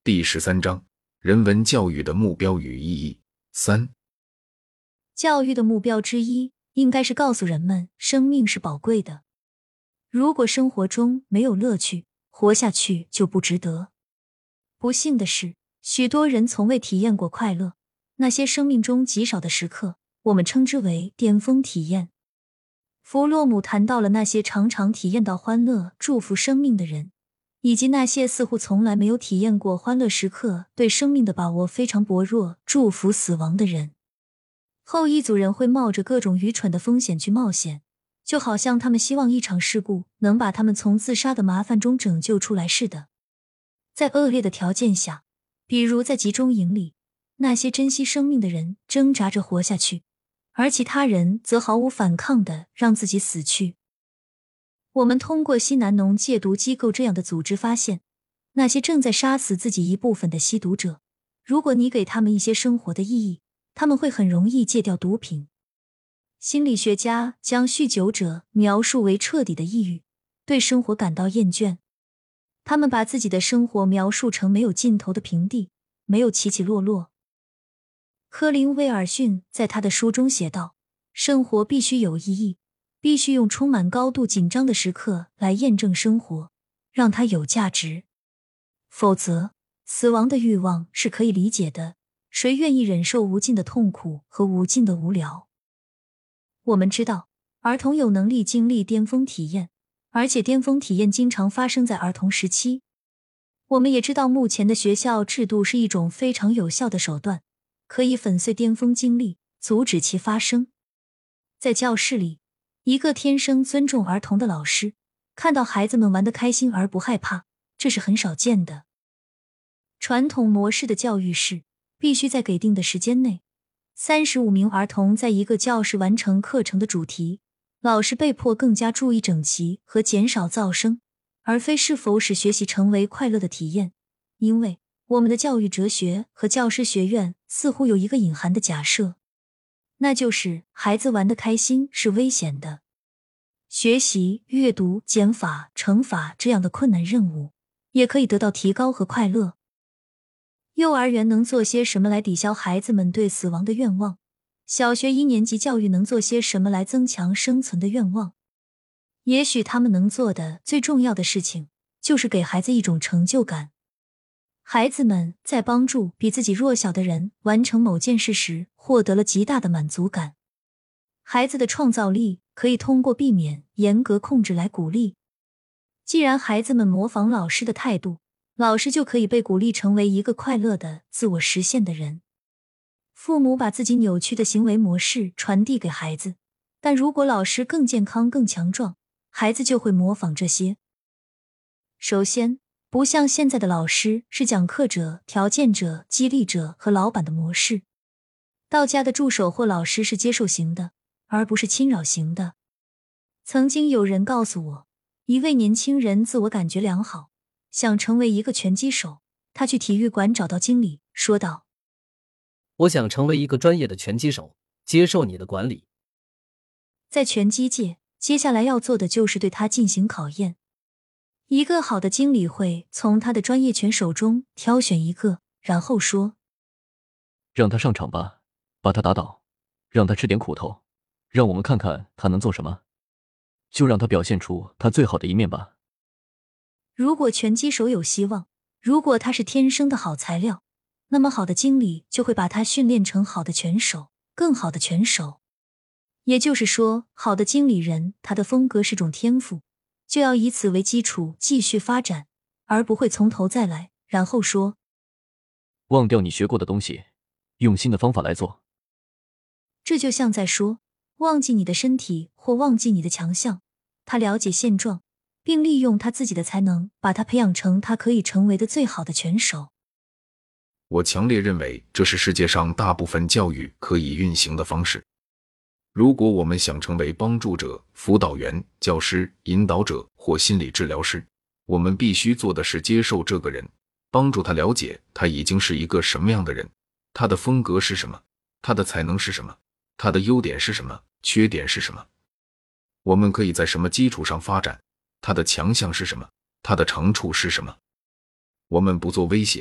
第13章人文教育的目标与意义。3. 教育的目标之一，应该是告诉人们生命是宝贵的。如果生活中没有乐趣，活下去就不值得。不幸的是，许多人从未体验过快乐，那些生命中极少的时刻，我们称之为巅峰体验。弗洛姆谈到了那些常常体验到欢乐、祝福生命的人，以及那些似乎从来没有体验过欢乐时刻、对生命的把握非常薄弱、祝福死亡的人。后一组人会冒着各种愚蠢的风险去冒险，就好像他们希望一场事故能把他们从自杀的麻烦中拯救出来似的。在恶劣的条件下，比如在集中营里，那些珍惜生命的人挣扎着活下去，而其他人则毫无反抗地让自己死去。我们通过西南农戒毒机构这样的组织发现，那些正在杀死自己一部分的吸毒者，如果你给他们一些生活的意义，他们会很容易戒掉毒品。心理学家将酗酒者描述为彻底的抑郁，对生活感到厌倦。他们把自己的生活描述成没有尽头的平地，没有起起落落。科林·威尔逊在他的书中写道，生活必须有意义，必须用充满高度紧张的时刻来验证生活，让它有价值。否则，死亡的欲望是可以理解的，谁愿意忍受无尽的痛苦和无尽的无聊？我们知道，儿童有能力经历巅峰体验，而且巅峰体验经常发生在儿童时期。我们也知道，目前的学校制度是一种非常有效的手段，可以粉碎巅峰经历，阻止其发生。在教室里，一个天生尊重儿童的老师，看到孩子们玩得开心而不害怕，这是很少见的。传统模式的教育是，必须在给定的时间内，35名儿童在一个教室完成课程的主题，老师被迫更加注意整齐和减少噪声，而非是否使学习成为快乐的体验。因为我们的教育哲学和教师学院似乎有一个隐含的假设，那就是孩子玩得开心是危险的。学习、阅读、减法、乘法这样的困难任务，也可以得到提高和快乐。幼儿园能做些什么来抵消孩子们对死亡的愿望？小学1年级教育能做些什么来增强生存的愿望？也许他们能做的最重要的事情，就是给孩子一种成就感。孩子们在帮助比自己弱小的人完成某件事时，获得了极大的满足感。孩子的创造力可以通过避免严格控制来鼓励。既然孩子们模仿老师的态度，老师就可以被鼓励成为一个快乐的、自我实现的人。父母把自己扭曲的行为模式传递给孩子，但如果老师更健康、更强壮，孩子就会模仿这些。首先，不像现在的老师是讲课者、条件者、激励者和老板的模式。到家的助手或老师是接受型的，而不是侵扰型的。曾经有人告诉我，一位年轻人自我感觉良好，想成为一个拳击手，他去体育馆找到经理，说道： 我想成为一个专业的拳击手，接受你的管理。 在拳击界，接下来要做的就是对他进行考验。一个好的经理会从他的专业拳手中挑选一个，然后说： 让他上场吧，把他打倒，让他吃点苦头，让我们看看他能做什么，就让他表现出他最好的一面吧。 如果拳击手有希望，如果他是天生的好材料，那么好的经理就会把他训练成好的拳手，更好的拳手。也就是说，好的经理人，他的风格是种天赋，就要以此为基础继续发展，而不会从头再来，然后说： 忘掉你学过的东西，用新的方法来做。 这就像在说，忘记你的身体或忘记你的强项。他了解现状，并利用他自己的才能，把他培养成他可以成为的最好的拳手。 我强烈认为这是世界上大部分教育可以运行的方式。如果我们想成为帮助者、辅导员、教师、引导者或心理治疗师，我们必须做的是接受这个人，帮助他了解他已经是一个什么样的人，他的风格是什么，他的才能是什么，他的优点是什么，缺点是什么，我们可以在什么基础上发展，他的强项是什么，他的长处是什么。我们不做威胁，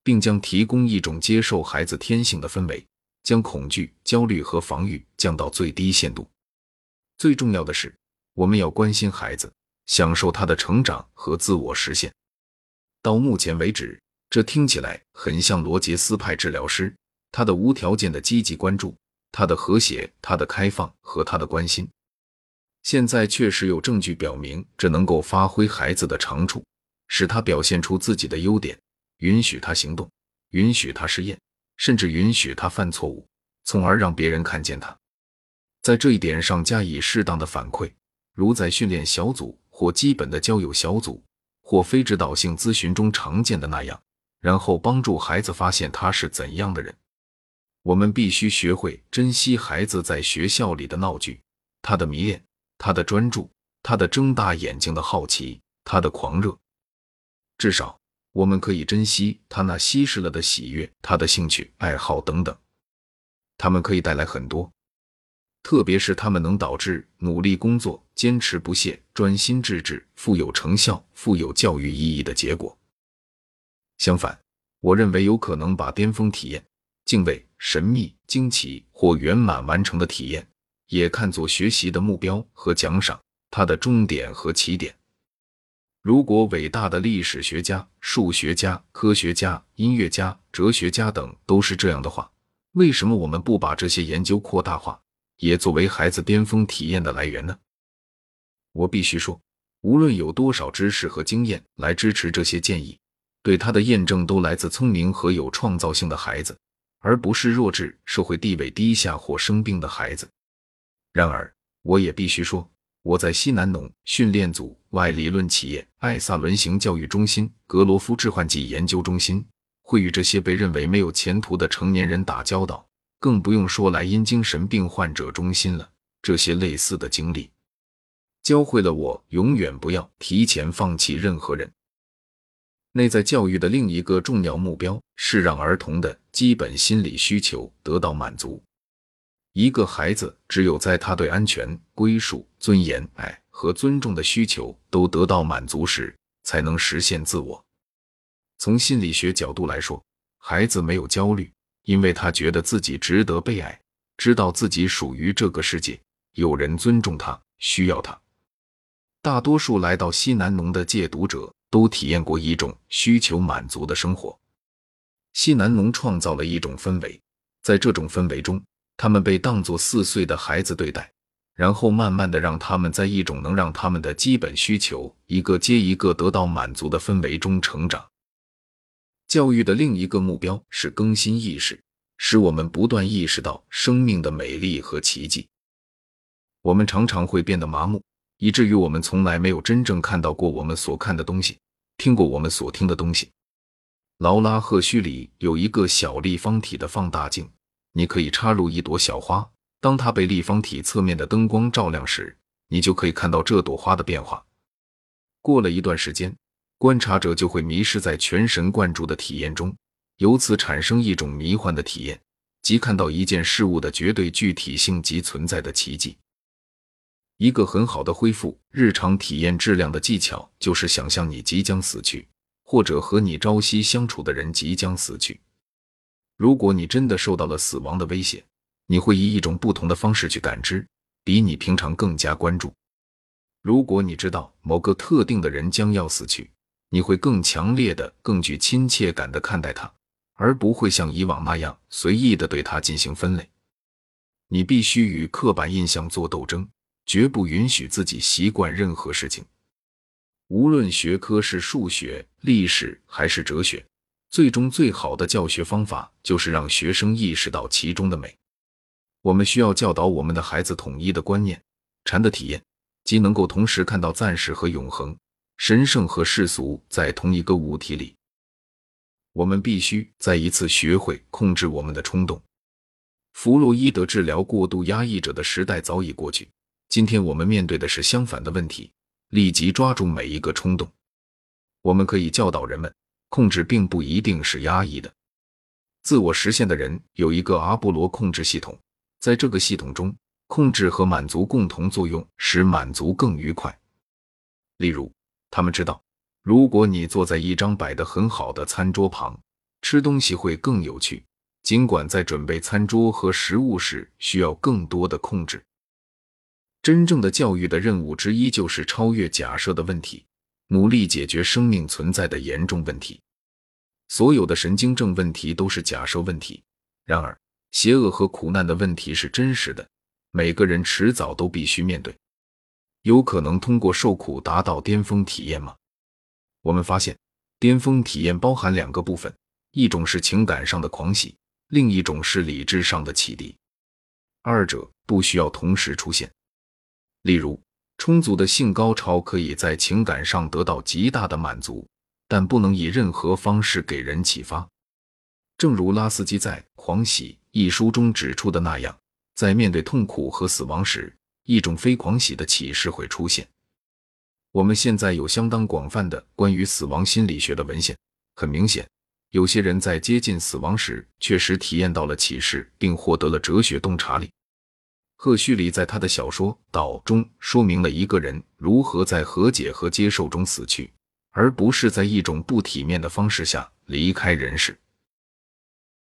并将提供一种接受孩子天性的氛围，将恐惧、焦虑和防御降到最低限度。最重要的是，我们要关心孩子，享受他的成长和自我实现。到目前为止，这听起来很像罗杰斯派治疗师，他的无条件的积极关注，他的和谐，他的开放和他的关心。现在确实有证据表明，这能够发挥孩子的长处，使他表现出自己的优点，允许他行动，允许他试验，甚至允许他犯错误，从而让别人看见他。在这一点上加以适当的反馈，如在训练小组或基本的交友小组或非指导性咨询中常见的那样，然后帮助孩子发现他是怎样的人。我们必须学会珍惜孩子在学校里的闹剧，他的迷恋，他的专注，他的睁大眼睛的好奇，他的狂热。至少我们可以珍惜他那稀释了的喜悦，他的兴趣、爱好等等。他们可以带来很多，特别是他们能导致努力工作、坚持不懈、专心致志、富有成效、富有教育意义的结果。相反，我认为有可能把巅峰体验、敬畏、神秘、惊奇或圆满完成的体验也看作学习的目标和奖赏，它的终点和起点。如果伟大的历史学家、数学家、科学家、音乐家、哲学家等都是这样的话，为什么我们不把这些研究扩大化，也作为孩子巅峰体验的来源呢？我必须说，无论有多少知识和经验来支持这些建议，对他的验证都来自聪明和有创造性的孩子，而不是弱智、社会地位低下或生病的孩子。然而，我也必须说，我在西南农训练组、外理论企业、艾萨伦型教育中心、格罗夫致幻剂研究中心，会与这些被认为没有前途的成年人打交道，更不用说莱茵精神病患者中心了。这些类似的经历教会了我永远不要提前放弃任何人。内在教育的另一个重要目标是让儿童的基本心理需求得到满足。一个孩子只有在他对安全、归属、尊严、爱和尊重的需求都得到满足时，才能实现自我。从心理学角度来说，孩子没有焦虑，因为他觉得自己值得被爱，知道自己属于这个世界，有人尊重他，需要他。大多数来到西南农的戒毒者都体验过一种需求满足的生活。西南农创造了一种氛围，在这种氛围中，他们被当作4岁的孩子对待，然后慢慢的让他们在一种能让他们的基本需求一个接一个得到满足的氛围中成长。教育的另一个目标是更新意识，使我们不断意识到生命的美丽和奇迹。我们常常会变得麻木，以至于我们从来没有真正看到过我们所看的东西，听过我们所听的东西。劳拉·赫胥里有一个小立方体的放大镜，你可以插入一朵小花，当它被立方体侧面的灯光照亮时，你就可以看到这朵花的变化。过了一段时间，观察者就会迷失在全神贯注的体验中，由此产生一种迷幻的体验，即看到一件事物的绝对具体性及存在的奇迹。一个很好的恢复日常体验质量的技巧，就是想象你即将死去，或者和你朝夕相处的人即将死去。如果你真的受到了死亡的威胁，你会以一种不同的方式去感知，比你平常更加关注。如果你知道某个特定的人将要死去，你会更强烈的、更具亲切感的看待他，而不会像以往那样随意的对他进行分类。你必须与刻板印象做斗争，绝不允许自己习惯任何事情。无论学科是数学、历史还是哲学，最终最好的教学方法就是让学生意识到其中的美。我们需要教导我们的孩子统一的观念，禅的体验，即能够同时看到暂时和永恒，神圣和世俗在同一个物体里。我们必须再一次学会控制我们的冲动。弗洛伊德治疗过度压抑者的时代早已过去，今天我们面对的是相反的问题，立即抓住每一个冲动。我们可以教导人们，控制并不一定是压抑的。自我实现的人有一个阿波罗控制系统，在这个系统中，控制和满足共同作用，使满足更愉快。例如，他们知道，如果你坐在一张摆得很好的餐桌旁， 吃东西会更有趣，尽管在准备餐桌和食物时需要更多的控制。真正的教育的任务之一就是超越假设的问题，努力解决生命存在的严重问题。所有的神经症问题都是假设问题，然而邪恶和苦难的问题是真实的，每个人迟早都必须面对。有可能通过受苦达到巅峰体验吗？我们发现，巅峰体验包含2个部分，一种是情感上的狂喜，另一种是理智上的启迪。二者不需要同时出现。例如，充足的性高潮可以在情感上得到极大的满足，但不能以任何方式给人启发。正如拉斯基在《狂喜》一书中指出的那样，在面对痛苦和死亡时，一种非狂喜的启示会出现。我们现在有相当广泛的关于死亡心理学的文献，很明显，有些人在接近死亡时确实体验到了启示，并获得了哲学洞察力。赫胥黎在他的小说《岛》中说明了一个人如何在和解和接受中死去，而不是在一种不体面的方式下离开人世。